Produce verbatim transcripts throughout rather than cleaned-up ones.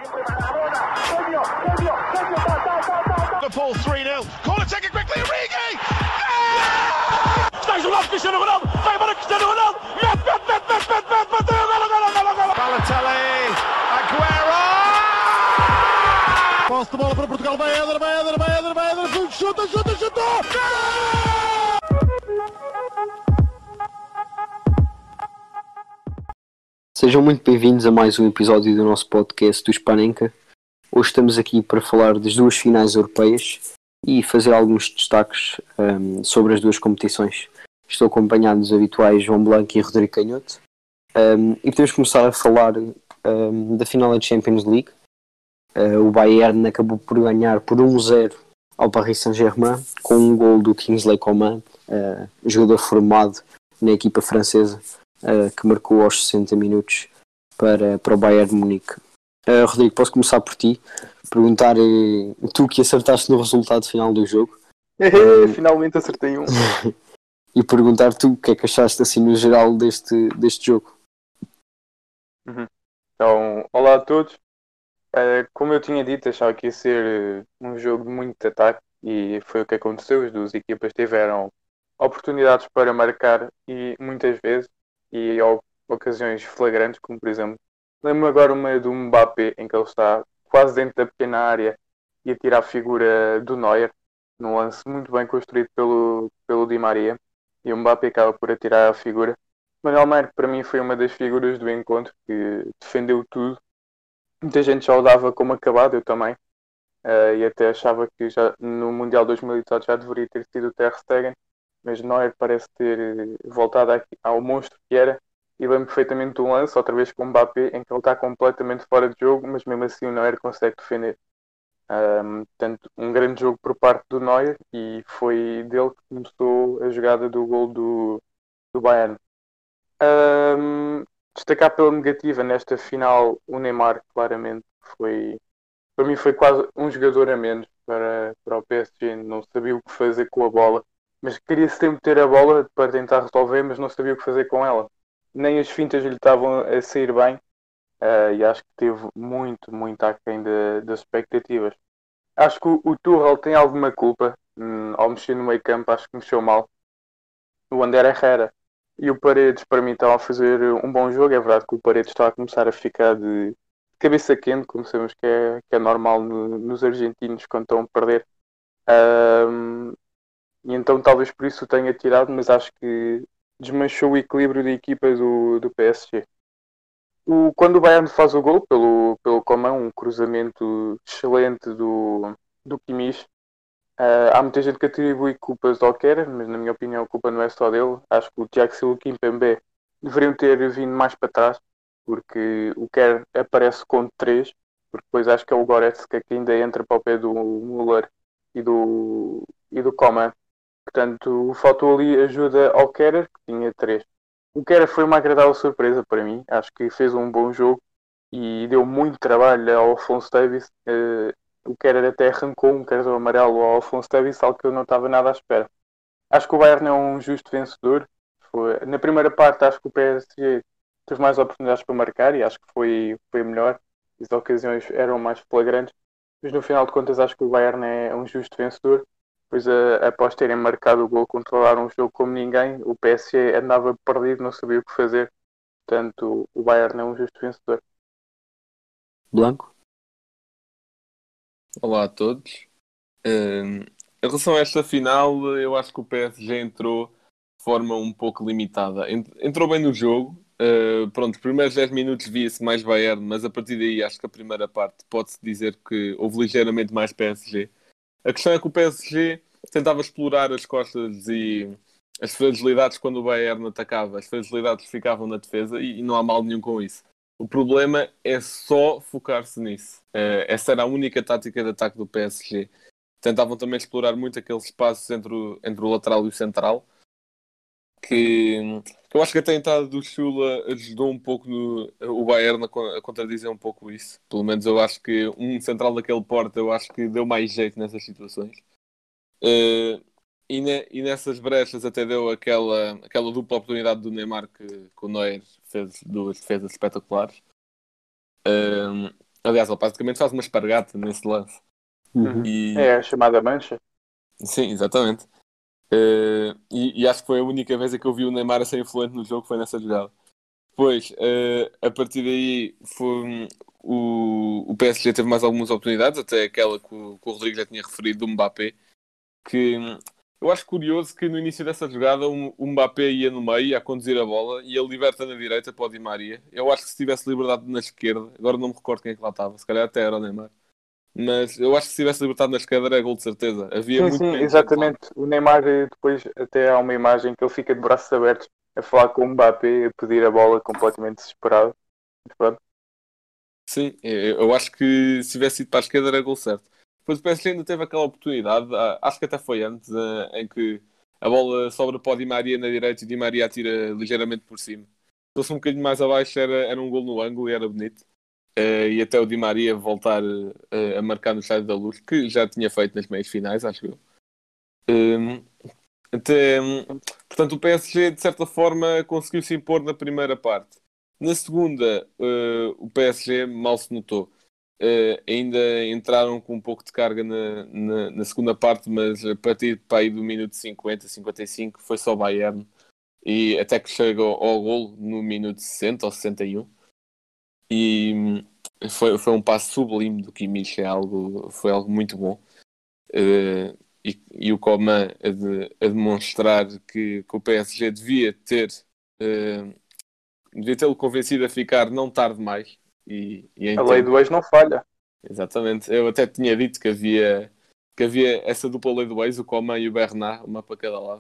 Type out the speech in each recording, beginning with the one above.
Liverpool three nil. Corner taken quickly, Origi! Está isolado Cristiano Ronaldo, vai para Cristiano Ronaldo, mete, mete, mete, mete, mete, mete, bateu, golo, golo, golo, golo. Balotelli, Aguero! Posse de bola para Portugal, vai Éder, vai Éder, vai Éder, vai Éder, chuta, chuta, chuta! Sejam muito bem-vindos a mais um episódio do nosso podcast do Spanenka. Hoje estamos aqui para falar das duas finais europeias e fazer alguns destaques um, sobre as duas competições. Estou acompanhado dos habituais João Blanco e Rodrigo Canhoto. Um, e podemos começar a falar um, da final da Champions League. Uh, o Bayern acabou por ganhar por um a zero ao Paris Saint-Germain com um gol do Kingsley Coman, uh, jogador formado na equipa francesa, uh, que marcou aos sessenta minutos para, para o Bayern de Munique. Uh, Rodrigo, posso começar por ti? Perguntar, uh, tu que acertaste no resultado final do jogo. uh, Finalmente acertei um. E perguntar tu o que é que achaste assim no geral deste, deste jogo. Uhum. Então, olá a todos. Uh, como eu tinha dito, achava que ia ser uh, um jogo de muito ataque e foi o que aconteceu. As duas equipas tiveram oportunidades para marcar e muitas vezes e ou, ocasiões flagrantes, como por exemplo, lembro-me agora uma do Mbappé em que ele está quase dentro da pequena área e a tirar a figura do Neuer num lance muito bem construído pelo, pelo Di Maria, e o Mbappé acaba por atirar a figura. Manuel Neuer, para mim, foi uma das figuras do encontro, que defendeu tudo. Muita gente já o dava como acabado, eu também, uh, e até achava que já no Mundial dois mil e dezoito já deveria ter sido o Ter Stegen, mas Neuer parece ter voltado aqui, ao monstro que era. E lembro perfeitamente do lance, outra vez com o Mbappé, em que ele está completamente fora de jogo, mas mesmo assim o Neuer consegue defender. Um, portanto, um grande jogo por parte do Neuer, e foi dele que começou a jogada do gol do, do Bayern. Um, destacar pela negativa nesta final o Neymar, claramente, foi, para mim foi quase um jogador a menos para, para o P S G. Não sabia o que fazer com a bola, mas queria sempre ter a bola para tentar resolver, mas não sabia o que fazer com ela. Nem as fintas lhe estavam a sair bem, uh, e acho que teve muito, muito aquém de, das expectativas. Acho que o, o Tuchel tem alguma culpa, hum, ao mexer no meio campo. Acho que mexeu mal o Ander Herrera e o Paredes. Para mim estão a fazer um bom jogo. É verdade que o Paredes está a começar a ficar de cabeça quente, como sabemos que é, que é normal no, nos argentinos quando estão a perder, um, e então talvez por isso o tenha tirado, mas acho que desmanchou o equilíbrio da equipa do, do P S G. O, quando o Bayern faz o gol pelo, pelo Coman, um cruzamento excelente do, do Kimmich, uh, há muita gente que atribui culpas ao Kehrer, mas na minha opinião a culpa não é só dele. Acho que o Thiago Silva e o Kimpembe deveriam ter vindo mais para trás, porque o Kehrer aparece com três, porque depois acho que é o Goretzka que ainda entra para o pé do Müller e do, e do Coman. Portanto, faltou ali ajuda ao Kehrer, que tinha três. O Kehrer foi uma agradável surpresa para mim. Acho que fez um bom jogo e deu muito trabalho ao Alphonso Davies. Uh, o Kehrer até arrancou um cartão amarelo ao Alphonso Davies, algo que eu não estava nada à espera. Acho que o Bayern é um justo vencedor. Foi, na primeira parte, acho que o P S G teve mais oportunidades para marcar e acho que foi, foi melhor. As ocasiões eram mais flagrantes. Mas no final de contas, acho que o Bayern é um justo vencedor. Pois após terem marcado o gol, controlaram o jogo como ninguém. O P S G andava perdido, não sabia o que fazer. Portanto, o Bayern é um justo vencedor. Blanco? Olá a todos. Um, em relação a esta final, eu acho que o P S G entrou de forma um pouco limitada. Entrou bem no jogo. Uh, pronto, os primeiros dez minutos via-se mais Bayern, mas a partir daí acho que a primeira parte pode-se dizer que houve ligeiramente mais P S G. A questão é que o P S G tentava explorar as costas e as fragilidades quando o Bayern atacava. As fragilidades ficavam na defesa e, e não há mal nenhum com isso. O problema é só focar-se nisso. Uh, essa era a única tática de ataque do P S G. Tentavam também explorar muito aqueles espaços entre o, entre o lateral e o central, que, que eu acho que até a entrada do Schula ajudou um pouco no, o Bayern a, a contradizer um pouco isso. Pelo menos eu acho que um central daquele porte eu acho que deu mais jeito nessas situações. Uh, e, ne, e nessas brechas até deu aquela, aquela dupla oportunidade do Neymar que, que o Neuer fez duas defesas espetaculares. Uh, Aliás, ele praticamente faz uma espargata nesse lance. Uhum. E, É a chamada mancha. sim, exatamente. Uh, e, e acho que foi a única vez em que eu vi o Neymar a ser influente no jogo, foi nessa jogada. Depois, uh, a partir daí, foi, o, o P S G teve mais algumas oportunidades, até aquela que o, que o Rodrigo já tinha referido, do Mbappé, que hum, eu acho curioso que no início dessa jogada o, o Mbappé ia no meio a conduzir a bola e ele liberta na direita para o Di Maria. Eu acho que se tivesse liberdade na esquerda, agora não me recordo quem é que lá estava, se calhar até era o Neymar. Mas eu acho que se tivesse libertado na esquerda era gol de certeza. Havia Sim, muito sim, menos gente lá. exatamente. O Neymar eh, depois até há uma imagem que ele fica de braços abertos a falar com o Mbappé, a pedir a bola completamente desesperado. Mas pronto. Sim, eu eu acho que se tivesse ido para a esquerda era gol certo. Depois o P S G ainda teve aquela oportunidade, ah, acho que até foi antes, ah, em que a bola sobra para o Di Maria na direita e o Di Maria atira ligeiramente por cima. Se fosse um bocadinho mais abaixo era, era um gol no ângulo e era bonito. Ah, e até o Di Maria voltar ah, a marcar no Estádio da Luz, que já tinha feito nas meias finais, acho eu. Hum, até, hum, portanto, o P S G, de certa forma, conseguiu se impor na primeira parte. Na segunda, eh, o P S G mal se notou. Eh, ainda entraram com um pouco de carga na, na, na segunda parte, mas a partir para aí do minuto cinquenta, cinquenta e cinco, foi só o Bayern. E até que chega ao, ao golo no minuto sessenta ou sessenta e um. E hum, foi, foi um passo sublime do Kimmich, é algo, foi algo muito bom. Eh, e, e o Coman a, de, a demonstrar que, que o P S G devia ter eh, devia tê-lo convencido a ficar não tarde mais e, e em A lei tempo. do ex não falha. Exatamente. Eu até tinha dito que havia, que havia essa dupla lei do ex, o Coman e o Bernat, uma para cada lado.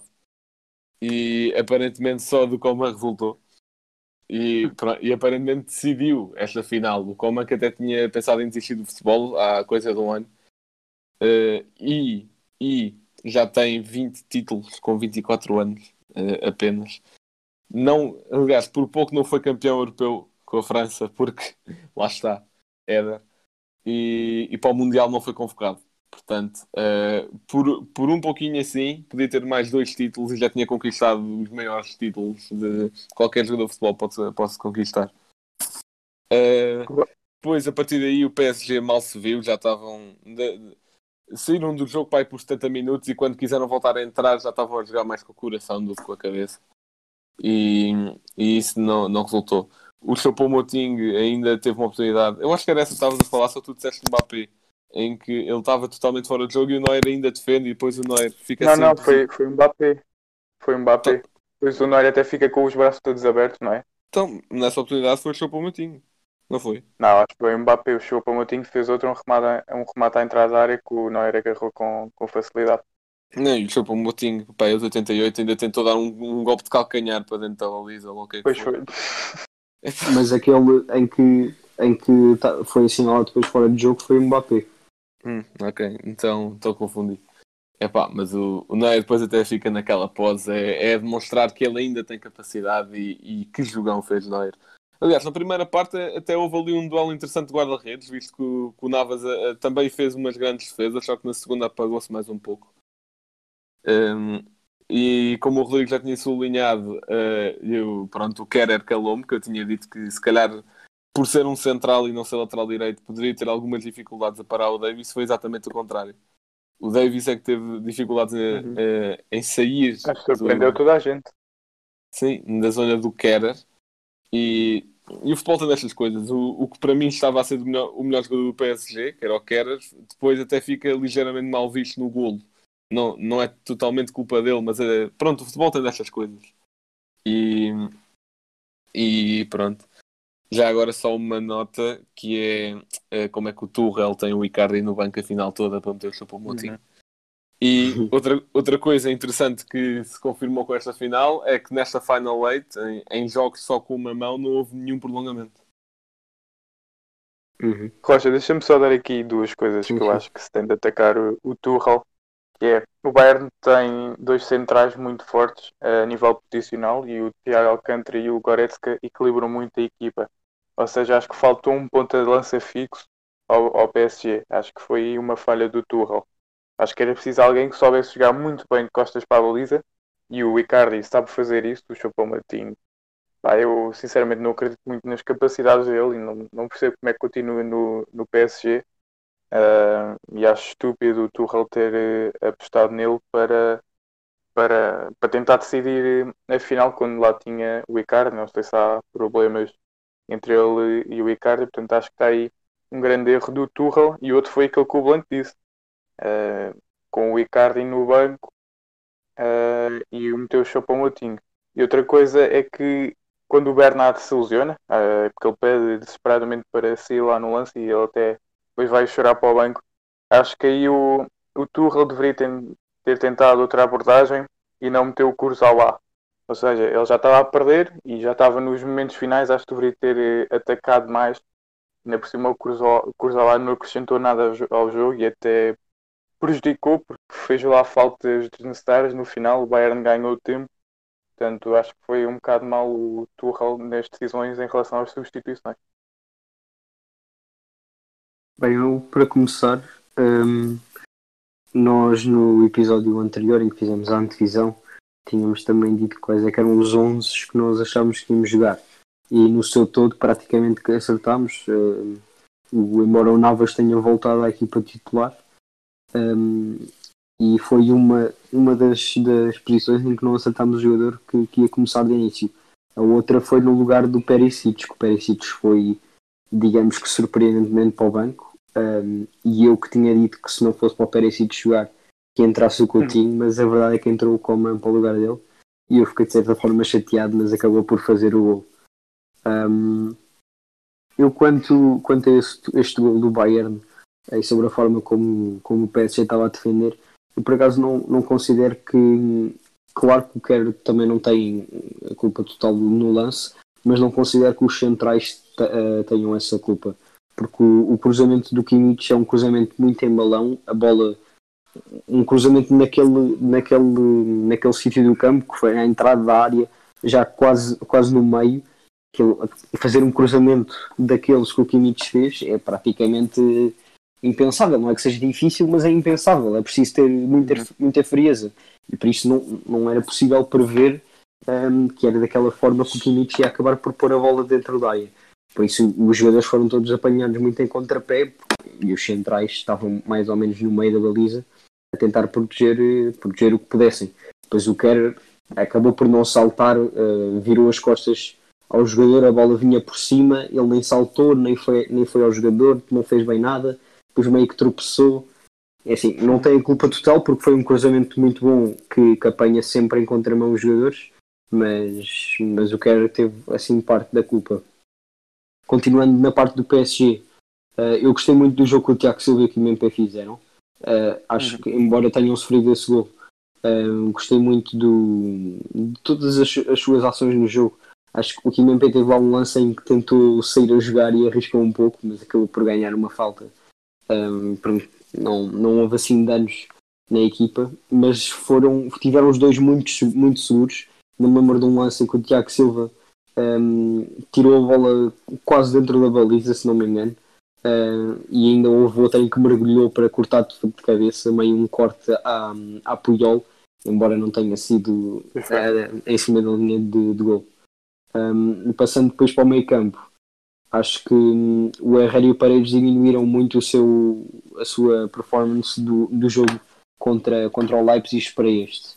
E aparentemente só do Coman resultou. E, pro- e aparentemente decidiu esta final. O Coman que até tinha pensado em desistir do futebol há coisa de um ano. Eh, e, e já tem vinte títulos com vinte e quatro anos eh, apenas. Não, aliás, por pouco não foi campeão europeu com a França, porque lá está, era. E, e para o Mundial não foi convocado. Portanto, eh, por, por um pouquinho assim, podia ter mais dois títulos e já tinha conquistado os maiores títulos de qualquer jogador de futebol pode, pode conquistar. Eh, depois, a partir daí, o P S G mal se viu, já estavam. De, de- saíram do jogo para aí por setenta minutos e quando quiseram voltar a entrar já estavam a jogar mais com o coração do que com a cabeça. E, e isso não, não resultou. O Choupo-Moting ainda teve uma oportunidade. Eu acho que era essa que estavas a falar, só tu disseste Mbappé, em que ele estava totalmente fora de jogo e o Neuer ainda defende e depois o Neuer fica Não, não, sempre. foi, foi o Mbappé. Foi o Então, Mbappé. Depois o Neuer até fica com os braços todos abertos, não é? então, nessa oportunidade foi o Choupo-Moting, não foi? Não, acho que foi o Mbappé. O Choupo-Moting fez outro, um remate, a- um remate à entrada da área que o Neuer agarrou com, com facilidade. Não, e o Choupo-Moting, pá, aos oitenta e oito ainda tentou dar um, um golpe de calcanhar para dentro da baliza, ou o que é que Pois foi. foi. Mas aquele em que, em que tá- foi assinalado depois fora de jogo foi o Mbappé. Hum, ok, então estou confundido. Epá, mas o, o Neuer depois até fica naquela pose, é, é demonstrar que ele ainda tem capacidade e, e que jogão fez Neuer. Aliás, na primeira parte até houve ali um duelo interessante de guarda-redes, visto que o, que o Navas eh, também fez umas grandes defesas, só que na segunda apagou-se mais um pouco. Um, e como o Rodrigo já tinha sublinhado, eh, eu, pronto, o Kerr calou-me, que eu tinha dito que se calhar por ser um central e não ser lateral direito poderia ter algumas dificuldades a parar o Davis, foi exatamente o contrário. O Davis é que teve dificuldades eh, Uhum. eh, em sair Acho que surpreendeu do, toda a gente. sim, da zona do Kerr. E, e o futebol tem destas coisas. O, o que para mim estava a ser o melhor, o melhor jogador do P S G, que era o Kerr, depois até fica ligeiramente mal visto no golo. Não, não é totalmente culpa dele, mas é, pronto, o futebol tem destas coisas. E, e pronto. Já agora só uma nota que é, é como é que o Tuchel tem o Icardi no banco a final toda para meter o Choupo-Moting. Uhum. E outra, outra coisa interessante que se confirmou com esta final é que nesta Final Eight, em, em jogos só com uma mão, não houve nenhum prolongamento. Uhum. Rocha, deixa-me só dar aqui duas coisas Sim, que eu sim. acho que se tem de atacar o, o Tuchel, que é o Bayern tem dois centrais muito fortes a nível posicional e o Thiago Alcântara e o Goretzka equilibram muito a equipa. Ou seja, acho que faltou um ponta de lança fixo ao, ao P S G. Acho que foi aí uma falha do Tuchel. Acho que era preciso alguém que soubesse jogar muito bem de costas para a baliza e o Icardi sabe fazer isso, o Choupo-Moting Pá, eu sinceramente não acredito muito nas capacidades dele e não, não percebo como é que continua no, no P S G. Uh, e acho estúpido o Tuchel ter uh, apostado nele para, para, para tentar decidir a final quando lá tinha o Icardi. Não sei se há problemas entre ele e o Icardi, portanto acho que está aí um grande erro do Tuchel. E outro foi aquele que o Blanco disse, uh, com o Icardi no banco uh, e o meteu o Choupo-Moting. E outra coisa é que quando o Bernardo se lesiona, uh, porque ele pede desesperadamente para sair lá no lance e ele até depois vai chorar para o banco, acho que aí o, o Tuchel deveria ter, ter tentado outra abordagem e não meter o Kurzawa. Ou seja, ele já estava a perder e já estava nos momentos finais, acho que deveria ter eh, atacado mais. Ainda por cima o Kurzawa não acrescentou nada ao jogo e até prejudicou porque fez lá faltas desnecessárias. No final o Bayern ganhou o tempo. Portanto, acho que foi um bocado mal o Tuchel nas decisões em relação às substituições. Bem, eu, para começar, hum, nós no episódio anterior em que fizemos a antevisão tínhamos também dito quais é que eram os onze que nós achávamos que íamos jogar. E no seu todo praticamente que acertámos. Hum, embora o Navas tenha voltado à equipa titular, hum, e foi uma, uma das, das posições em que não acertámos o jogador que, que ia começar de início. A outra foi no lugar do Perisic, que o Perisic foi, digamos que surpreendentemente, para o banco. Um, e eu que tinha dito que se não fosse para o Perisic jogar, que entrasse o Coutinho, hum. mas a verdade é que entrou o Coman para o lugar dele. E eu fiquei de certa forma chateado, mas acabou por fazer o gol. Um, eu quanto, quanto a este, este gol do Bayern, e sobre a forma como, como o P S G estava a defender, eu por acaso não, não considero que, claro que o Kerr também não tem a culpa total no lance, mas não considero que os centrais t- uh, tenham essa culpa, porque o, o cruzamento do Kimmich é um cruzamento muito em balão, a bola, um cruzamento naquele, naquele, naquele sítio do campo, que foi à entrada da área, já quase, quase no meio, que ele, fazer um cruzamento daqueles que o Kimmich fez é praticamente impensável. Não é que seja difícil, mas é impensável. É preciso ter muita, muita frieza. E por isso não, não era possível prever um, que era daquela forma que o Kimmich ia acabar por pôr a bola dentro da área. Por isso os jogadores foram todos apanhados muito em contrapé e os centrais estavam mais ou menos no meio da baliza a tentar proteger, proteger o que pudessem. Depois o Kerr acabou por não saltar, uh, virou as costas ao jogador, a bola vinha por cima, ele nem saltou, nem foi, nem foi ao jogador, não fez bem nada, depois meio que tropeçou. É assim, não tem a culpa total porque foi um cruzamento muito bom que, que apanha sempre em contramão os jogadores, mas, mas o Kerr teve assim parte da culpa. Continuando na parte do P S G, uh, eu gostei muito do jogo que o Tiago Silva e o Kimpembe fizeram. Uh, acho uhum. que, embora tenham sofrido esse gol, uh, gostei muito do, de todas as, as suas ações no jogo. Acho que o Kimpembe teve lá um lance em que tentou sair a jogar e arriscou um pouco, mas acabou por ganhar uma falta. Um, não, não houve assim danos na equipa, mas foram, tiveram os dois muito, muito seguros. Não me lembro de um lance em que o Tiago Silva um, tirou a bola quase dentro da baliza, se não me engano, uh, e ainda houve outro em que mergulhou para cortar de cabeça, meio um corte à, à Puyol, embora não tenha sido uh, em cima da linha de, de gol. Um, passando depois para o meio campo, acho que um, o Herrera e o Paredes diminuíram muito o seu, a sua performance do, do jogo contra, contra o Leipzig para este.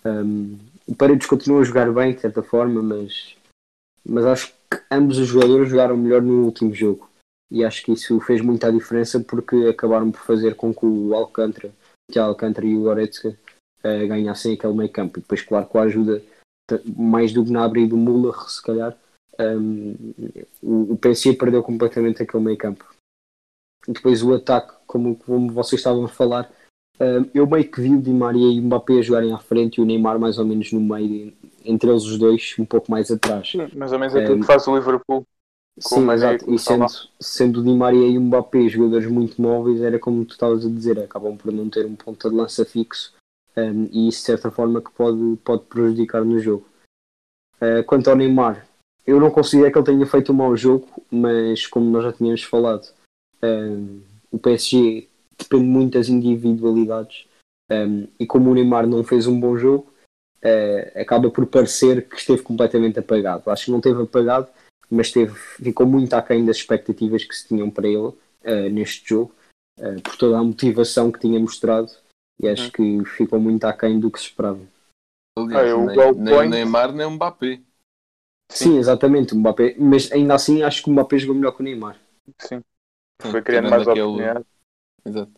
Um, o Paredes continua a jogar bem de certa forma, mas, mas acho que ambos os jogadores jogaram melhor no último jogo e acho que isso fez muita diferença porque acabaram por fazer com que o Alcântara, que o Alcântara e o Goretzka uh, ganhassem aquele meio campo. E depois, claro, com a ajuda mais do Gnabry e do Müller, se calhar, um, o, o P S G perdeu completamente aquele meio campo. Depois o ataque, como, como vocês estavam a falar, um, eu meio que vi o Di Maria e o Mbappé a jogarem à frente e o Neymar mais ou menos no meio, entre eles os dois um pouco mais atrás. Sim, mais ou menos é um, tudo que faz o Liverpool. Sim, exato, e sendo, sendo o Di Maria e o Mbappé jogadores muito móveis, era como tu estavas a dizer, acabam por não ter um ponta de lança fixo. Um, e isso de certa forma que pode, pode prejudicar no jogo. Uh, quanto ao Neymar, eu não considero que ele tenha feito um mau jogo, mas como nós já tínhamos falado, um, o P S G depende muito das individualidades, um, e como o Neymar não fez um bom jogo, uh, acaba por parecer que esteve completamente apagado. Acho que não esteve apagado, mas esteve, ficou muito aquém das expectativas que se tinham para ele uh, neste jogo, uh, por toda a motivação que tinha mostrado, e acho Uhum. que ficou muito aquém do que se esperava. Aliás, Ah, o nem, goal nem o point- Neymar nem o Mbappé. Sim, Sim. exatamente, o Mbappé, mas ainda assim acho que o Mbappé jogou melhor que o Neymar. Sim. Sim, Foi criando tirando mais aquele. oportunidades. Exato.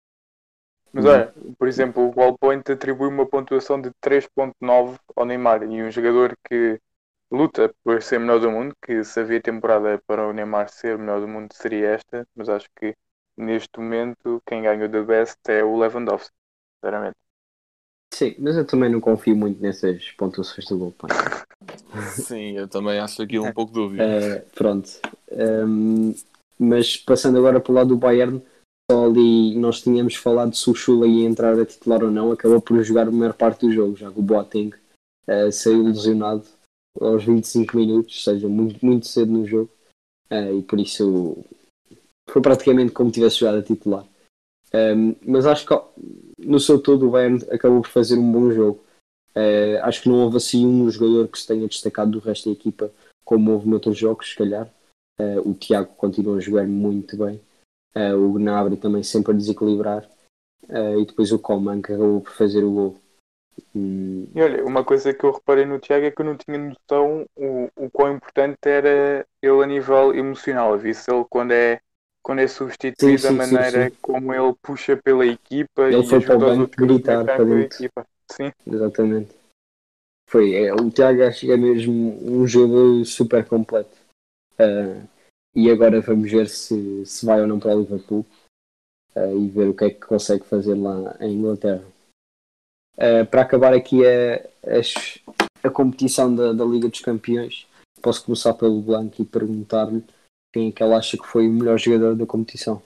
Mas Uhum. olha, por exemplo, o Wallpoint atribui uma pontuação de três ponto nove ao Neymar e um jogador que luta por ser melhor do mundo, que se havia temporada para o Neymar ser melhor do mundo seria esta, mas acho que neste momento quem ganha o The Best é o Lewandowski, sinceramente. Sim, mas eu também não confio muito nessas pontuações do Goal Point. Sim, eu também acho aquilo um pouco dúvida. Uh, pronto. Um, mas passando agora para o lado do Bayern, só ali nós tínhamos falado se o Schüller ia entrar a titular ou não, acabou por jogar a maior parte do jogo, já que o Boateng uh, saiu lesionado aos vinte e cinco minutos, ou seja, muito, muito cedo no jogo, uh, e por isso foi praticamente como tivesse jogado a titular. Um, mas acho que no seu todo o Bayern acabou por fazer um bom jogo. Uh, acho que não houve assim um jogador que se tenha destacado do resto da equipa, como houve noutros jogos, se calhar. Uh, o Tiago continua a jogar muito bem, uh, o Gnabry também sempre a desequilibrar, uh, e depois o Coman que acabou por fazer o gol. Hum, E olha, uma coisa que eu reparei no Tiago é que eu não tinha noção o, o quão importante era ele a nível emocional. Vi-se ele quando é, quando é sim, substituído, a sim, sim, maneira sim. como ele puxa pela equipa Ele e foi para o ajuda os banco outros na gritar para campo da dentro, equipa. Sim, exatamente. Foi, é, o Tiago acho que é mesmo um jogo super completo. Uh, e agora vamos ver se, se vai ou não para o Liverpool, uh, e ver o que é que consegue fazer lá em Inglaterra. Uh, para acabar aqui a, a, a competição da, da Liga dos Campeões, posso começar pelo Blanco e perguntar-lhe quem é que ele acha que foi o melhor jogador da competição.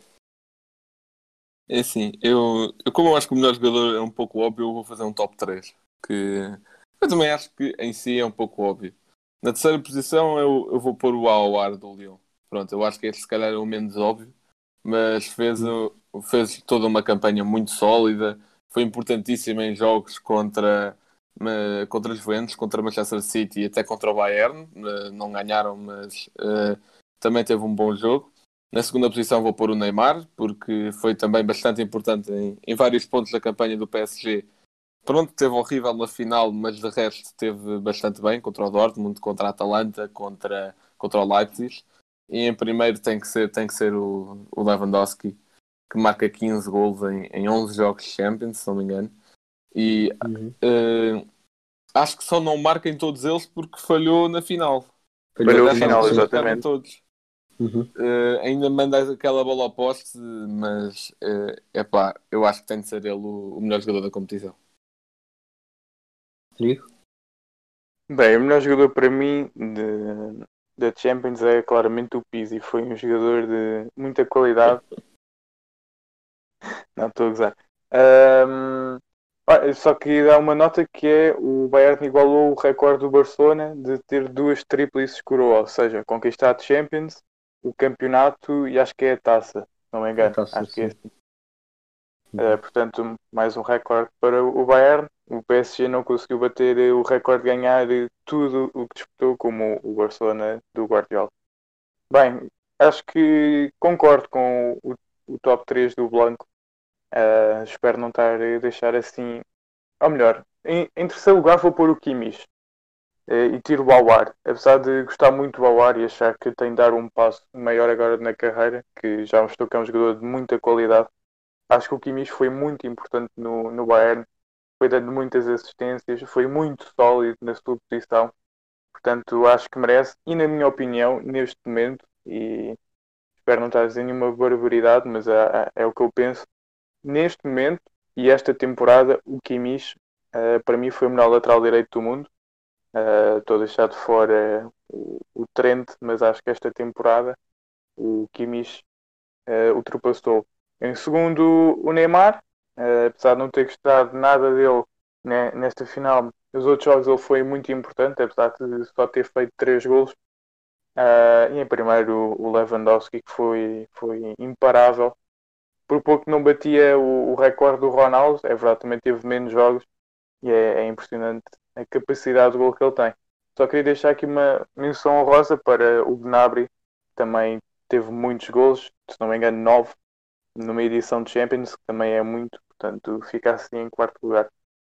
É assim, eu, eu como eu acho que o melhor jogador é um pouco óbvio, eu vou fazer um top três. Que eu também acho que em si é um pouco óbvio. Na terceira posição eu, eu vou pôr o Aouar do Lyon. Pronto, eu acho que este se calhar é o menos óbvio, mas fez, o- fez toda uma campanha muito sólida, foi importantíssimo em jogos contra, ma- contra os Juventus, contra Manchester City e até contra o Bayern. Eh, Não ganharam, mas eh, também teve um bom jogo. Na segunda posição vou pôr o Neymar, porque foi também bastante importante em, em vários pontos da campanha do P S G. Pronto, teve horrível na final, mas de resto esteve bastante bem contra o Dortmund, contra a Atalanta, contra, contra o Leipzig. E em primeiro tem que ser, tem que ser o, o Lewandowski, que marca quinze gols em, em onze jogos de Champions, se não me engano. E Uhum. eh, acho que só não marca em todos eles porque falhou na final. falhou De o Falhou, resto, acho final, que sim, tem sim. marcado em exatamente. todos. Uhum. Uh, ainda manda aquela bola ao poste, mas uh, epá, eu acho que tem de ser ele o, o melhor jogador da competição. Rodrigo? Bem, o melhor jogador para mim de, da Champions é claramente o Pizzi. Foi um jogador de muita qualidade. Não, estou a gozar. Ahm, ah, só queria dar uma nota que é o Bayern igualou o recorde do Barcelona de ter duas tríplices coroa, ou seja, conquistar a Champions, o campeonato e acho que é a taça, se não me engano. Está-se Acho que é assim. assim. Uh, Uhum. portanto, mais um recorde para o Bayern. O P S G não conseguiu bater o recorde de ganhar tudo o que disputou, como o Barcelona do Guardiola. Bem, acho que concordo com o, o top três do Blanco. Uh, espero não estar a deixar assim. Ou melhor, em, em terceiro lugar vou pôr o Kimmich uh, e tiro o Aouar. Apesar de gostar muito do Aouar e achar que tem de dar um passo maior agora na carreira, que já mostrou que é um jogador de muita qualidade. Acho que o Kimmich foi muito importante no, no Bayern, foi dando muitas assistências, foi muito sólido na sua posição, portanto acho que merece. E na minha opinião, neste momento, e espero não estar a dizer nenhuma barbaridade, mas é, é o que eu penso, neste momento e esta temporada, o Kimmich uh, para mim foi o melhor lateral direito do mundo. Uh, estou a deixar de fora o, o Trent, mas acho que esta temporada o Kimmich uh, ultrapassou. Em segundo, o Neymar, uh, apesar de não ter gostado nada dele né, nesta final, os outros jogos ele foi muito importante, apesar de só ter feito três golos. Uh, e em primeiro, o Lewandowski, que foi, foi imparável. Por pouco não batia o, o recorde do Ronaldo, é verdade, também teve menos jogos e é, é impressionante a capacidade de gol que ele tem. Só queria deixar aqui uma menção honrosa para o Gnabry, que também teve muitos golos, se não me engano nove, numa edição de Champions, que também é muito, portanto fica assim em quarto lugar.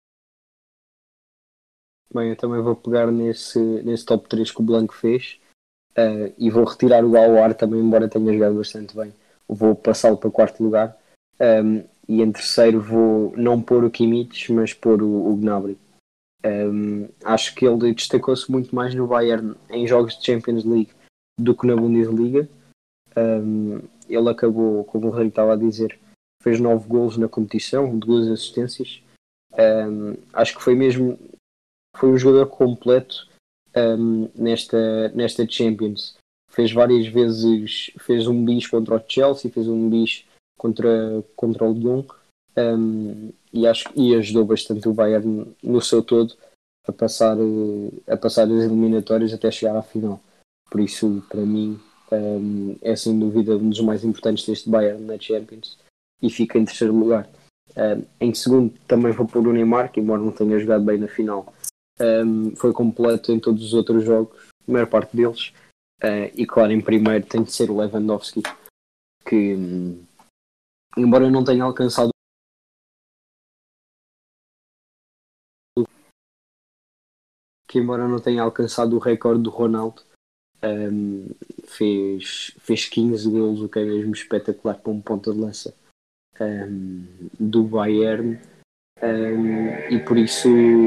Bem, eu também vou pegar nesse, nesse top três que o Blanco fez uh, e vou retirar o Aouar também, embora tenha jogado bastante bem. Vou passá-lo para quarto lugar. Um, e em terceiro vou não pôr o Kimmich, mas pôr o, o Gnabry. Um, acho que ele destacou-se muito mais no Bayern em jogos de Champions League do que na Bundesliga. Um, ele acabou, como o Rei estava a dizer, fez nove golos na competição, duas assistências. Um, acho que foi mesmo foi um jogador completo um, nesta, nesta Champions. Fez várias vezes, fez um bis contra o Chelsea, fez um bis contra, contra o Lyon, um, e acho que ajudou bastante o Bayern no seu todo a passar, a passar as eliminatórias até chegar à final. Por isso, para mim, um, é sem dúvida um dos mais importantes deste Bayern na Champions e fica em terceiro lugar. Um, em segundo, também vou pôr o Neymar, que embora não tenha jogado bem na final, um, foi completo em todos os outros jogos, a maior parte deles. Uh, e claro, em primeiro tem de ser o Lewandowski, que um, embora eu não tenha alcançado que embora não tenha alcançado o recorde do Ronaldo, um, fez, fez quinze golos, o que é mesmo espetacular para um ponta de lança um, do Bayern, um, e por isso,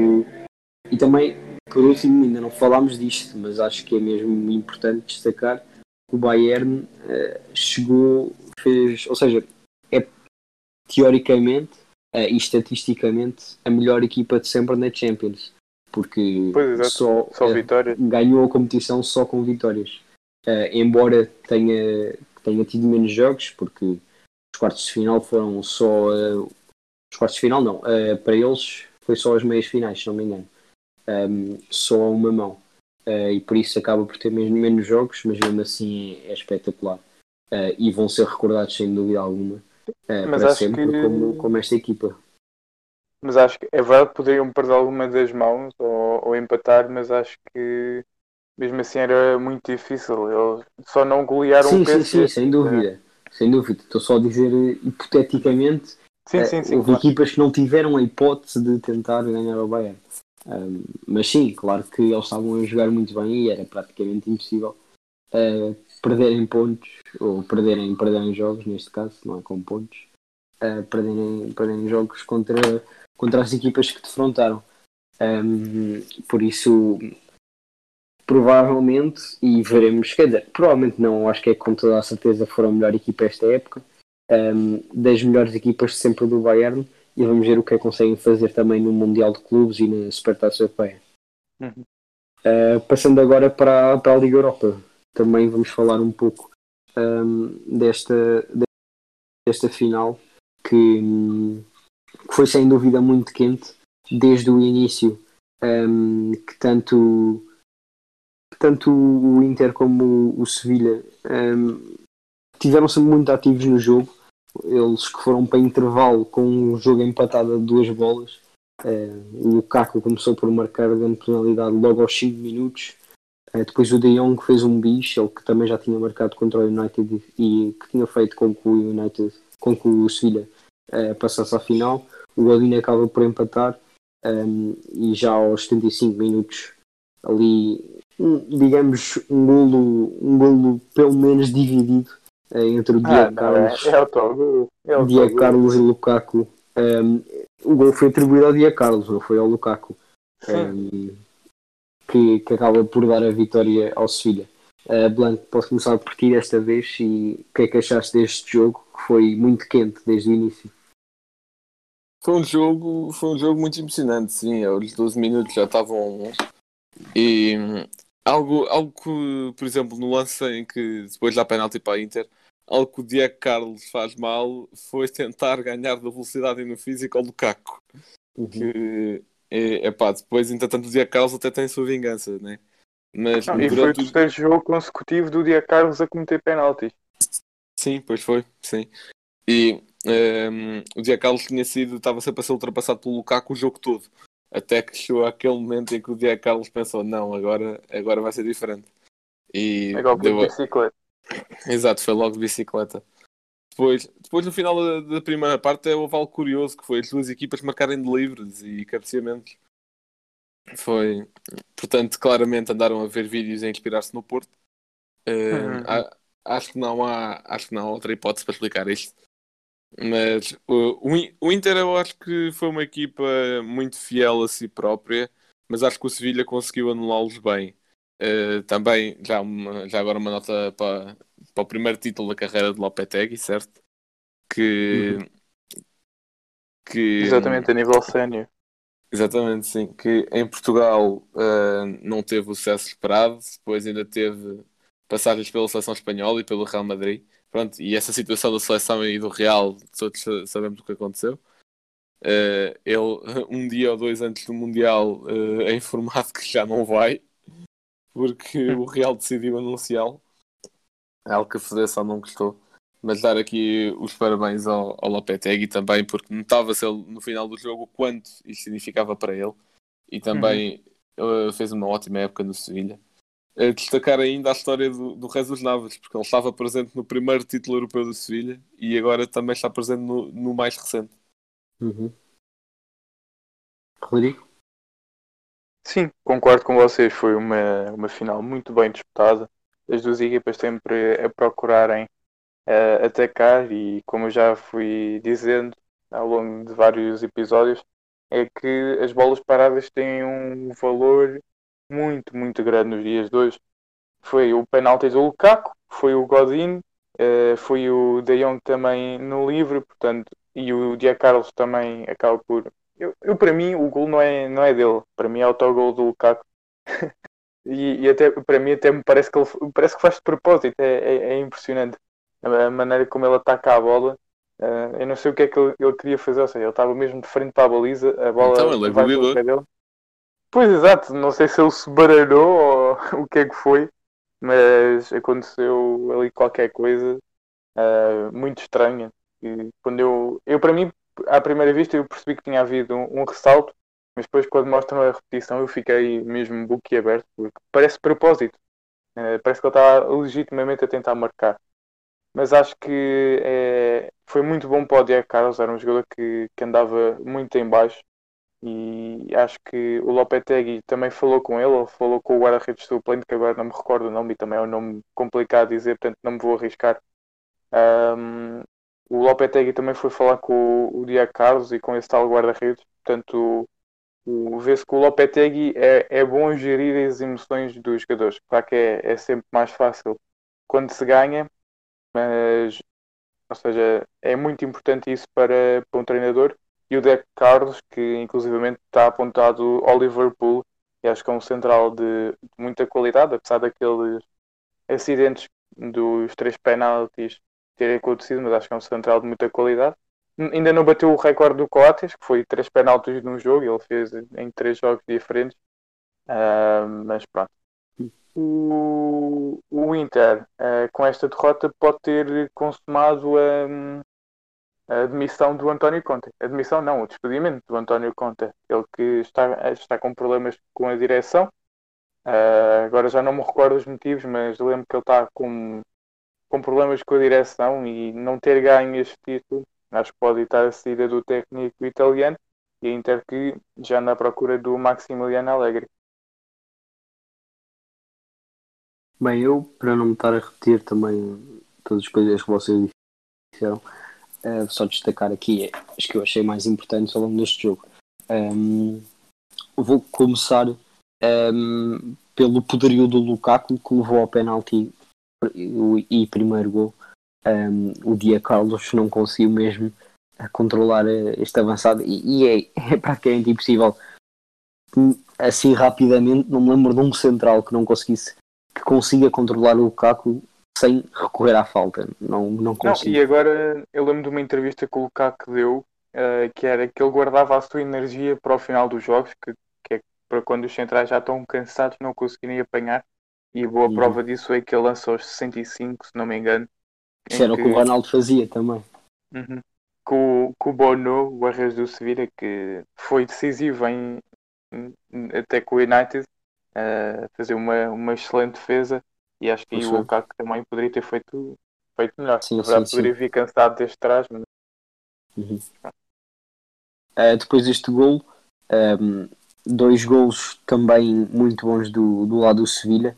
e também por último, ainda não falámos disto, mas acho que é mesmo importante destacar que o Bayern uh, chegou, fez, ou seja, é teoricamente uh, e estatisticamente a melhor equipa de sempre na Champions, porque Pois, só, só uh, vitórias. ganhou a competição só com vitórias. Uh, embora tenha, tenha tido menos jogos, porque os quartos de final foram só uh, os quartos de final não, uh, para eles foi só as meias finais, se não me engano. Um, só a uma mão, uh, e por isso acaba por ter mesmo menos jogos, mas mesmo assim é, é espetacular, uh, e vão ser recordados sem dúvida alguma uh, Mas para acho sempre que como, como esta equipa. Mas acho que é verdade que poderiam perder alguma das mãos ou, ou empatar, mas acho que mesmo assim era muito difícil. Eles só não golearam o Sim, sim, sim, P S G. sem dúvida, sem dúvida. Estou só a dizer uh, hipoteticamente, Sim, sim, uh, sim, houve claro. equipas que não tiveram a hipótese de tentar ganhar ao Bayern. Um, mas sim, claro que eles estavam a jogar muito bem e era praticamente impossível uh, perderem pontos ou perderem, perderem jogos, neste caso, não é com pontos, uh, perderem, perderem jogos contra, contra as equipas que defrontaram. Um, por isso, provavelmente, e veremos, quer dizer, provavelmente não, acho que é com toda a certeza foram a melhor equipa esta época, um, das melhores equipas de sempre do Bayern. E vamos ver o que é que conseguem fazer também no Mundial de Clubes e na Supertaça Europeia. Uhum. Uh, passando agora para, para a Liga Europa, também vamos falar um pouco um, desta, desta final que, um, que foi sem dúvida muito quente desde o início, um, que tanto, que tanto o Inter como o, o Sevilha um, tiveram-se muito ativos no jogo. Eles que foram para intervalo com um jogo empatado a duas bolas. Uh, o Lukaku começou por marcar a grande penalidade logo aos cinco minutos. Uh, depois o De Jong fez um bis, ele que também já tinha marcado contra o United e que tinha feito com que o United, com que o Sevilha uh, passasse à final. O Godinho acaba por empatar, um, e já aos setenta e cinco minutos ali, um, digamos, um golo, um golo pelo menos dividido entre o Diego Ah, não, Carlos, é, é autogol. É Diego autogol. Carlos e Lukaku. Um, o gol foi atribuído ao Diego Carlos, não foi ao Lukaku, um, que, que acaba por dar a vitória ao Sevilha. Uh, Blanco, posso começar por ti desta vez e o que é que achaste deste jogo que foi muito quente desde o início? Foi um jogo, foi um jogo muito emocionante, sim. Aos doze minutos já estavam. E hum, algo, algo que, por exemplo, no lance em que depois dá penalti para a Inter, algo que o Diego Carlos faz mal foi tentar ganhar da velocidade e no físico ao Lukaku. Uhum. Que é, é pá, depois, entretanto, o Diego Carlos até tem a sua vingança, né? Mas Não, e foi o durante o. terceiro jogo consecutivo do Diego Carlos a cometer penaltis. Sim, pois foi, sim. E um, o Diego Carlos tinha sido, estava sempre a ser ultrapassado pelo Lukaku o jogo todo. até que chegou aquele momento em que o Diego Carlos pensou, não, agora, agora vai ser diferente. E É igual deu por a... bicicleta. Exato, foi logo de bicicleta. Depois, depois no final da, da primeira parte, houve algo curioso, que foi as duas equipas marcarem de livres e cabeceamentos. Foi, portanto, claramente andaram a ver vídeos e a inspirar-se no Porto. Uh, Uhum. a- acho que não há, acho que não há outra hipótese para explicar isto. Mas uh, o, In- o Inter eu acho que foi uma equipa muito fiel a si própria, mas acho que o Sevilha conseguiu anulá-los bem. Uh, também, já, uma- já agora uma nota para, para o primeiro título da carreira de Lopetegui, certo? Que, Uhum. que Exatamente, a nível sénior. exatamente, sim. Que em Portugal uh, não teve o sucesso esperado, depois ainda teve passagens pela seleção espanhola e pelo Real Madrid. Pronto, e essa situação da seleção e do Real, todos sa- sabemos o que aconteceu. Uh, ele, um dia ou dois antes do Mundial, uh, é informado que já não vai, porque o Real decidiu anunciá-lo. É algo que a Federação não gostou. Mas dar aqui os parabéns ao, ao Lopetegui também, porque notava-se ele no final do jogo o quanto isto significava para ele. E Uhum. também uh, fez uma ótima época no Sevilha. Uh, destacar ainda a história do, do Jesus Navas, porque ele estava presente no primeiro título europeu do Sevilha e agora também está presente no, no mais recente. Uhum. Rodrigo? Sim, concordo com vocês. Foi uma, uma final muito bem disputada. As duas equipas sempre a procurarem eh, atacar e, como eu já fui dizendo ao longo de vários episódios, é que as bolas paradas têm um valor muito, muito grande nos dias de hoje. Foi o penalti do Lukaku, foi o Godin, eh, foi o De Jong também no livre, portanto, e o Diego Carlos também acaba por. Eu, eu, para mim, o gol não é, não é dele, para mim é autogol do Lukaku. E, e até para mim até me parece que ele parece que faz de propósito, é, é, é impressionante a maneira como ele ataca a bola. Uh, eu não sei o que é que ele, ele queria fazer, ou seja, ele estava mesmo de frente para a baliza, a Então bola ele é vai pelo goleador. pé dele. Pois exato, não sei se ele se baralhou ou o que é que foi, mas aconteceu ali qualquer coisa uh, muito estranha. E quando eu, eu, para mim, à primeira vista, eu percebi que tinha havido um, um ressalto, mas depois, quando mostram a repetição, eu fiquei mesmo boquiaberto, porque parece propósito. Uh, parece que ele está legitimamente a tentar marcar. Mas acho que é, foi muito bom para o Diego Carlos, era um jogador que, que andava muito em baixo e acho que o Lopetegui também falou com ele, ou falou com o guarda-redes suplente, que agora não me recordo o nome e também é um nome complicado de dizer, portanto não me vou arriscar. Um, o Lopetegui também foi falar com o, o Diego Carlos e com esse tal guarda-redes, portanto o, o, vê-se que o Lopetegui é, é bom gerir as emoções dos jogadores. Claro que é, é sempre mais fácil quando se ganha, mas ou seja, é muito importante isso para, para um treinador. E o Deco Carlos, que inclusivamente está apontado ao Liverpool, e acho que é um central de, de muita qualidade, apesar daqueles acidentes dos três penaltis terem acontecido, mas acho que é um central de muita qualidade. Ainda não bateu o recorde do Coates, que foi três penaltis num jogo, ele fez em três jogos diferentes. Uh, mas pronto. O, o Inter, uh, com esta derrota, pode ter consumado a, a admissão do António Conte. Admissão não, o despedimento do António Conte. Ele que está, está com problemas com a direção. Uh, agora já não me recordo os motivos, mas lembro que ele está com, com problemas com a direção e não ter ganho este título. Acho que pode estar a saída do técnico italiano e a Inter que já anda à procura do Maximiliano Allegri. Bem, eu, para não me estar a repetir também todas as coisas que vocês disseram, uh, só destacar aqui as que eu achei mais importantes ao longo deste jogo. Um, vou começar um, pelo poderio do Lukaku, que levou ao penalti e, e primeiro gol. Um, o Diego Carlos não conseguiu mesmo controlar este avançado e, e é, é praticamente impossível assim rapidamente. Não me lembro de um central que não conseguisse que consiga controlar o Lukaku sem recorrer à falta. Não, não Não, e consigo. agora eu lembro de uma entrevista que o Lukaku deu, uh, que era que ele guardava a sua energia para o final dos jogos, que, que é para quando os centrais já estão cansados não conseguirem apanhar. E boa Uhum. prova disso é que ele lançou aos sessenta e cinco, se não me engano, Isso em era o que o que Ronaldo fazia também. uhum, com, com o Bono, o guarda-redes do Sevilha, que foi decisivo em, até com o United, uh, fazer uma, uma excelente defesa, e acho que aí o Lukaku também poderia ter feito, feito melhor. Sim, Na verdade, sim, poderia sim. vir cansado deste trás, mas Uhum. Uh, depois deste gol, um, dois golos também muito bons do, do lado do Sevilha.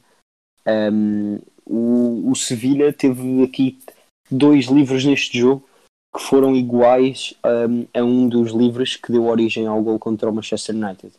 Um, o, o Sevilha teve aqui dois livros neste jogo que foram iguais um, a um dos livros que deu origem ao gol contra o Manchester United,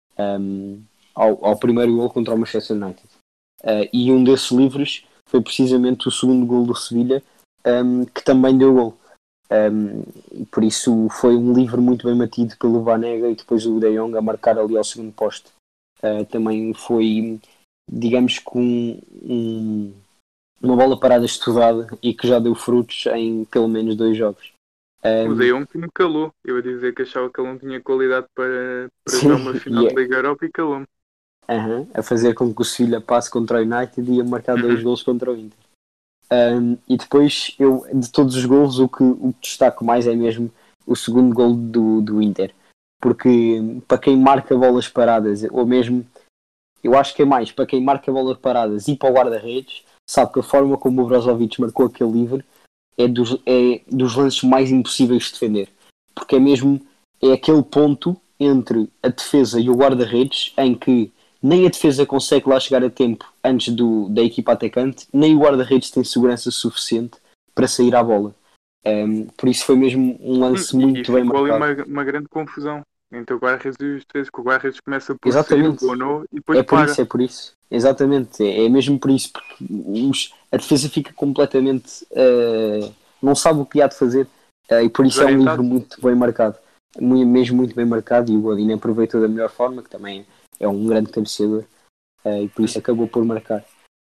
um, ao, ao primeiro gol contra o Manchester United. Uh, e um desses livros foi precisamente o segundo gol do Sevilha, um, que também deu gol. Um, e por isso foi um livro muito bem batido pelo Vanega, e depois o De Jong a marcar ali ao segundo poste. Uh, também foi, digamos que um, um, uma bola parada estudada e que já deu frutos em pelo menos dois jogos. Um, o De Jong que me calou. Eu ia dizer que achava que ele não tinha qualidade para, para sim, jogar uma final yeah. de Liga Europa, e calou-me. Uh-huh, a fazer com que o Sevilha passe contra o United e a marcar dois Uhum. gols contra o Inter. Um, e depois, eu, de todos os gols, o que, o que destaco mais é mesmo o segundo gol do, do Inter. Porque para quem marca bolas paradas, ou mesmo, eu acho que é mais, para quem marca bolas paradas e para o guarda-redes, sabe que a forma como o Brozovic marcou aquele livre é dos, é dos lances mais impossíveis de defender. Porque é mesmo, é aquele ponto entre a defesa e o guarda-redes em que nem a defesa consegue lá chegar a tempo antes do, da equipa atacante, nem o guarda-redes tem segurança suficiente para sair à bola. Um, por isso foi mesmo um lance Hum, e muito bem ficou ali marcado. uma, uma grande confusão entre o guarda-redes e os defesas, que o guarda-redes começa por sair o Exatamente. Bono e depois É por para. isso, é por isso. Exatamente. É, é mesmo por isso, porque os, a defesa fica completamente... Uh, não sabe o que há de fazer. Uh, e por isso é um Desorientado. livro muito bem marcado. Muito, mesmo muito bem marcado, e o Godin aproveitou da melhor forma, que também é um grande cabeceador. Uh, e por isso acabou por marcar.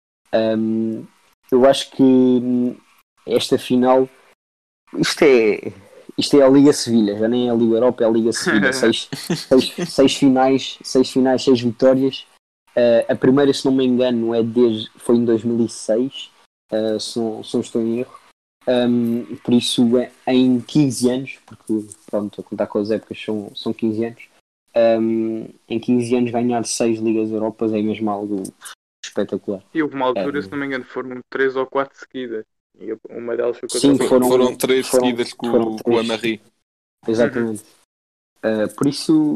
Um, eu acho que esta final, isto é, isto é a Liga Sevilha, já nem é a Liga Europa, é a Liga Sevilha. seis, seis, seis finais, seis finais, seis vitórias. Uh, a primeira, se não me engano, é desde, foi em dois mil e seis, uh, se, não, se não estou em erro. Um, por isso, é, em quinze anos, porque pronto, a contar com as épocas são, são quinze anos. Um, em quinze anos ganhar seis Ligas Europas é mesmo algo espetacular. E houve uma altura, Um, se não me engano, foram três ou quatro seguidas. E uma delas foi contra sim, o For- foram, Foram três foram, seguidas com, foram o- com o três. Amarri. Exatamente. Uh, por isso,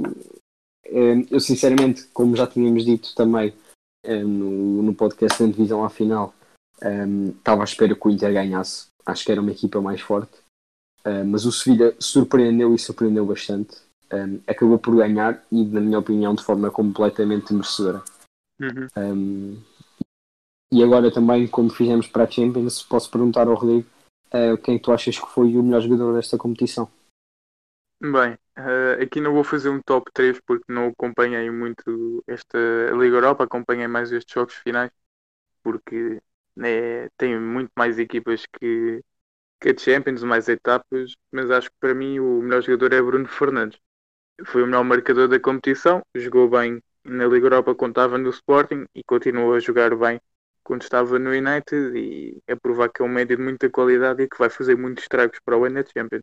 um, eu sinceramente, como já tínhamos dito também um, no, no podcast da divisão à final, um, estava à espera que o Inter ganhasse. Acho que era uma equipa mais forte. Uh, mas o Sevilha surpreendeu e surpreendeu bastante. Um, acabou por ganhar e, na minha opinião, de forma completamente merecedora. Uhum. Um, e agora também, como fizemos para a Champions, posso perguntar ao Rodrigo uh, quem tu achas que foi o melhor jogador desta competição? Bem, uh, aqui não vou fazer um top três porque não acompanhei muito esta Liga Europa, acompanhei mais estes jogos finais, porque né, tem muito mais equipas que, que a Champions, mais etapas, mas acho que para mim o melhor jogador é Bruno Fernandes. Foi o melhor marcador da competição, jogou bem na Liga Europa quando estava no Sporting e continuou a jogar bem quando estava no United, e é provar que é um médio de muita qualidade e que vai fazer muitos estragos para o ano da Champions.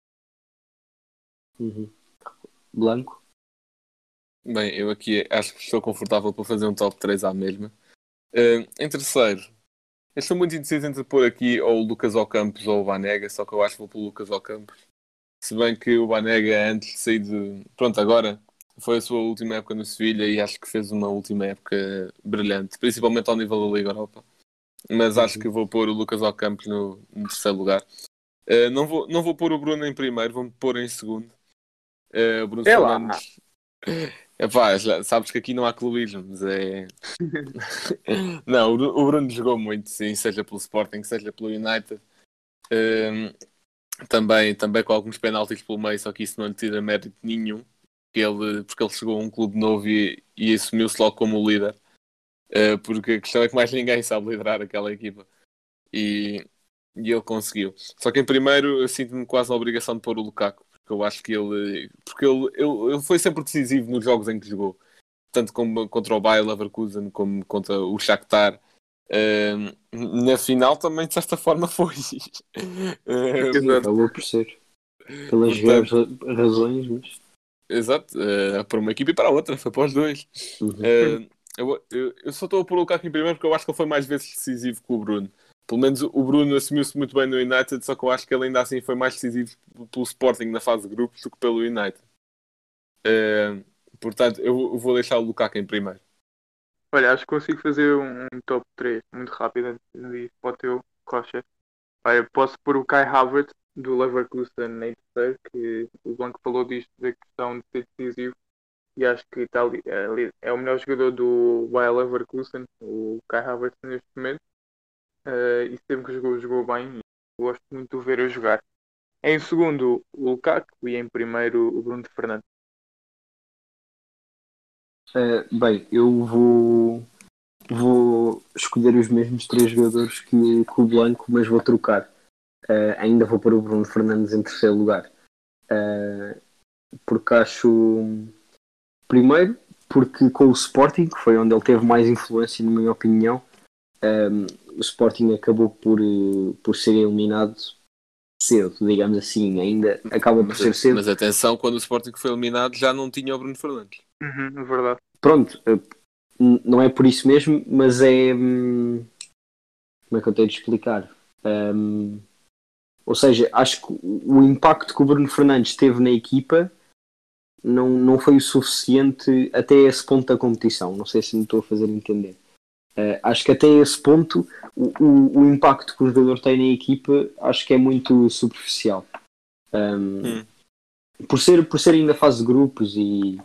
Uhum. Blanco? Bem, eu aqui acho que estou confortável para fazer um top três à mesma. Uh, em terceiro, eu estou muito indeciso entre pôr aqui ou o Lucas Ocampos ou o Banega, só que eu acho que vou pôr o Lucas Ocampos. Se bem que o Banega, antes de sair de... Pronto, agora foi a sua última época no Sevilha e acho que fez uma última época brilhante, principalmente ao nível da Liga Europa. Mas acho Uhum. que vou pôr o Lucas Ocampos no, no terceiro lugar. Uh, não, vou, não vou pôr o Bruno em primeiro, vou-me pôr em segundo. Uh, o Bruno É lá. Fernandes... Epá, já sabes que aqui não há clubismo, mas é... Não, o Bru- o Bruno jogou muito, sim, seja pelo Sporting, seja pelo United. Um, também, também com alguns penaltis pelo meio, só que isso não lhe tira mérito nenhum, que ele, porque ele chegou a um clube novo e, e assumiu-se logo como o líder. Uh, porque a questão é que mais ninguém sabe liderar aquela equipa. E, e ele conseguiu. Só que em primeiro eu sinto-me quase a obrigação de pôr o Lukaku, porque eu acho que ele, porque ele, ele, ele foi sempre decisivo nos jogos em que jogou, tanto como contra o Bayer Leverkusen como contra o Shakhtar. Uh, na final também de certa forma foi. Uh, Exato. Acabou por ser. Pelas portanto, graves razões, mas... Exato, uh, para uma equipe e para a outra, foi para os dois. Uhum. Uh, eu, eu, eu só estou a pôr o Lukaku em primeiro porque eu acho que ele foi mais vezes decisivo que o Bruno. Pelo menos o Bruno assumiu-se muito bem no United, só que eu acho que ele ainda assim foi mais decisivo pelo Sporting na fase de grupos do que pelo United. Uh, portanto, eu vou deixar o Lukaku em primeiro. Olha, acho que consigo fazer um, um top três muito rápido antes de ir para o teu Coxa. Olha, posso pôr o Kai Havertz do Leverkusen em terceiro, que o Blanco falou disto, da questão de ser decisivo, e acho que está ali, é, ali- é o melhor jogador do Bayer Leverkusen, o Kai Havertz neste momento, eh, e sempre que jogou, jogou bem, e gosto muito de o ver a jogar. Em segundo, o Lukaku, e em primeiro, o Bruno Fernandes. Uh, bem, eu vou, vou escolher os mesmos três jogadores que, que o Blanco, mas vou trocar. Uh, ainda vou pôr o Bruno Fernandes em terceiro lugar. Uh, porque acho. Primeiro, porque com o Sporting, que foi onde ele teve mais influência, na minha opinião, um, o Sporting acabou por, por ser eliminado cedo, digamos assim. Ainda acaba por Mas, ser cedo. mas atenção, quando o Sporting foi eliminado já não tinha o Bruno Fernandes. Uhum, é verdade. Pronto, uh, não é por isso mesmo, mas é. Hum, como é que eu tenho de explicar? Um, ou seja, acho que o impacto que o Bruno Fernandes teve na equipa não, não foi o suficiente até esse ponto da competição. Não sei se me estou a fazer entender. Uh, acho que até esse ponto o, o, o impacto que o jogador tem na equipa acho que é muito superficial. Um, hum. por, ser, por ser ainda fase de grupos e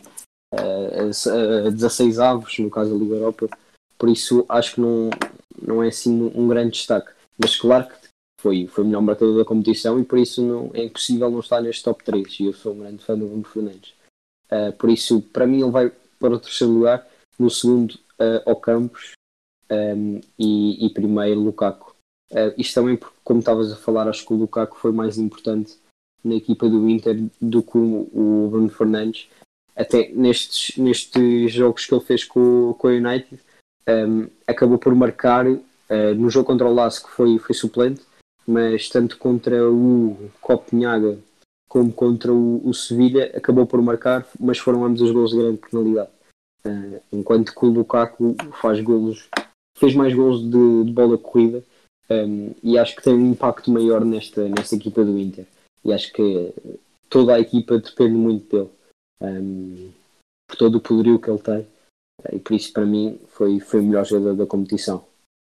uh, a dezasseis avos, no caso da Liga Europa, por isso acho que não, não é assim um grande destaque. Mas claro que foi, foi o melhor marcador da competição e por isso não, é impossível não estar neste top três. E eu sou um grande fã do Bruno Fernandes. Uh, por isso, para mim, ele vai para o terceiro lugar. No segundo, uh, ao Campos. Um, e, e primeiro, Lukaku. Uh, isto também porque, como estavas a falar, acho que o Lukaku foi mais importante na equipa do Inter do que o, o Bruno Fernandes. Até nestes, nestes jogos que ele fez com, com o United, um, acabou por marcar uh, no jogo contra o Lask, que foi, foi suplente, mas tanto contra o Copenhaga como contra o, o Sevilha acabou por marcar, mas foram ambos os gols de grande penalidade. Uh, enquanto que o Lukaku faz golos, fez mais gols de, de bola corrida, um, e acho que tem um impacto maior nesta, nesta equipa do Inter. E acho que toda a equipa depende muito dele, um, por todo o poderio que ele tem, uh, e por isso para mim foi, foi o melhor jogador da competição.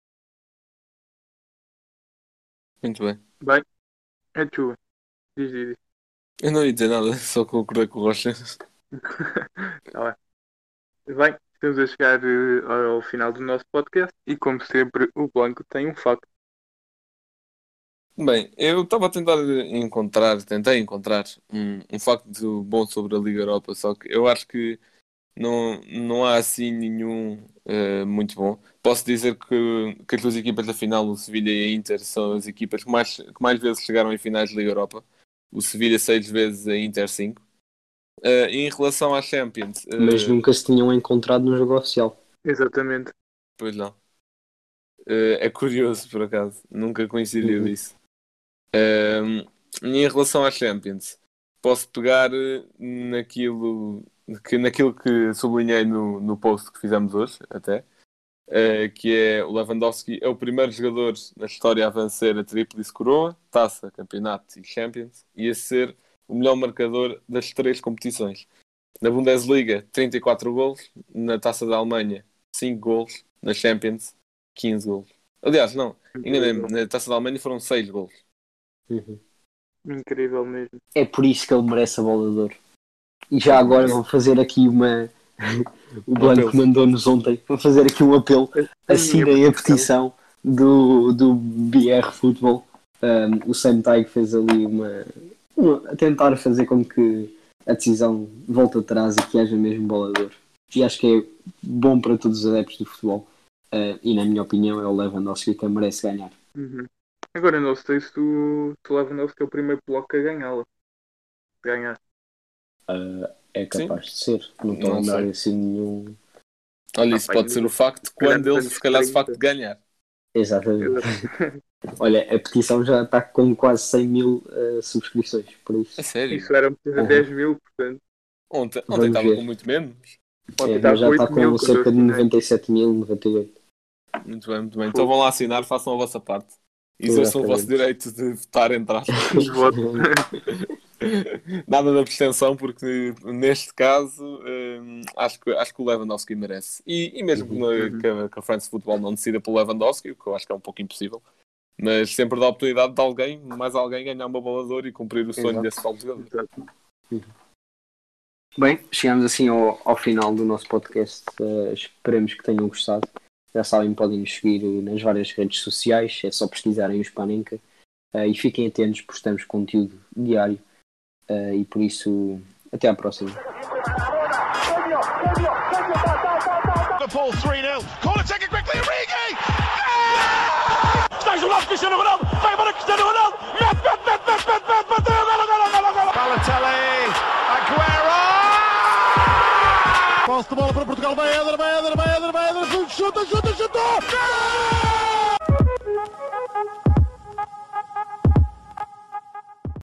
Muito bem. Bem, é tua. Diz, diz, diz. Eu não ia dizer nada, só concordei com o Rocha. Tá bem. Bem, estamos a chegar uh, ao final do nosso podcast e, como sempre, o Blanco tem um facto. Bem, eu estava a tentar encontrar, tentei encontrar um, um facto bom sobre a Liga Europa, só que eu acho que não, não há assim nenhum uh, muito bom. Posso dizer que, que as duas equipas da final, o Sevilha e a Inter, são as equipas que mais, que mais vezes chegaram em finais de Liga Europa. O Sevilha seis vezes, a Inter cinco. Uh, em relação à Champions, uh, Mas nunca se tinham encontrado no jogo oficial. Exatamente. pois não. Uh, é curioso, por acaso. Nunca coincidiu Uhum. isso. Um, em relação à Champions, posso pegar uh, naquilo que, naquilo que sublinhei no, no post que fizemos hoje, até, uh, que é o Lewandowski é o primeiro jogador na história a vencer a Tríplice Coroa, Taça, Campeonato e Champions, e a ser o melhor marcador das três competições. Na Bundesliga, trinta e quatro golos, na Taça da Alemanha, cinco golos, na Champions, quinze golos. Aliás, não, enganei-me, na Taça da Alemanha foram seis golos. Uhum. Incrível mesmo. É por isso que ele merece a bola de ouro. E já agora vou fazer aqui uma. O Blanco apelo. mandou-nos ontem. Vou fazer aqui um apelo. Assinem a petição do, do B R Futebol. Um, o Sam Tigre fez ali uma, uma. a tentar fazer com que a decisão volte atrás e que haja mesmo bola de ouro. E acho que é bom para todos os adeptos do futebol. Uh, e na minha opinião é o Lewandowski que merece ganhar. Uhum. Agora não sei se tu, se o Lewandowski é o primeiro bloco a ganhá-la. Ganhar. Uh, é capaz Sim. de ser. Não estou a Não lembrar sei. assim nenhum. Olha, Ah, isso pá, pode ainda ser o não- facto calhar quando nos ele, anos se calhar, o facto de trinta. ganhar. Exatamente. Olha, a petição já está com quase cem mil uh, subscrições, por isso. É sério? Isso era preciso de Uhum. dez mil, portanto. Ontem, ontem Vamos estava ver. com muito menos. Ontem É, está mas já com está oito com mil, cerca de catorze mil. noventa e sete mil, noventa e oito. Muito bem, muito bem. Então vão lá assinar, façam a vossa parte. E exerçam o vosso Exatamente. direito de votar, entre aspas. Voto. Nada de abstenção, porque neste caso hum, acho, que, acho que o Lewandowski merece. E, e mesmo Uhum. na- Uhum. que, a, que a France Football não decida pelo Lewandowski, o que eu acho que é um pouco impossível, mas sempre dá a oportunidade de alguém, mais alguém, ganhar uma bola de ouro e cumprir o sonho Exato. desse tal jogador. Exato. Bem, chegamos assim ao, ao final do nosso podcast. Uh, esperemos que tenham gostado. Já sabem, podem nos seguir nas várias redes sociais. É só pesquisarem o Spanenka. Uh, e fiquem atentos, postamos conteúdo diário. Uh, e por isso, até à próxima. Liverpool three nil. Corner taken quickly. Origi! Ah! Stays o lado Cristiano Ronaldo. Vai para Cristiano Ronaldo. Mete, mete, mete, mete, mete, mete. Bateu. Golo, golo, golo, golo. Balotelli. Aguero. Posse de bola para Portugal. Vai Éder, vai Éder, vai Éder, vai Éder. Chuta, chuta, chuta.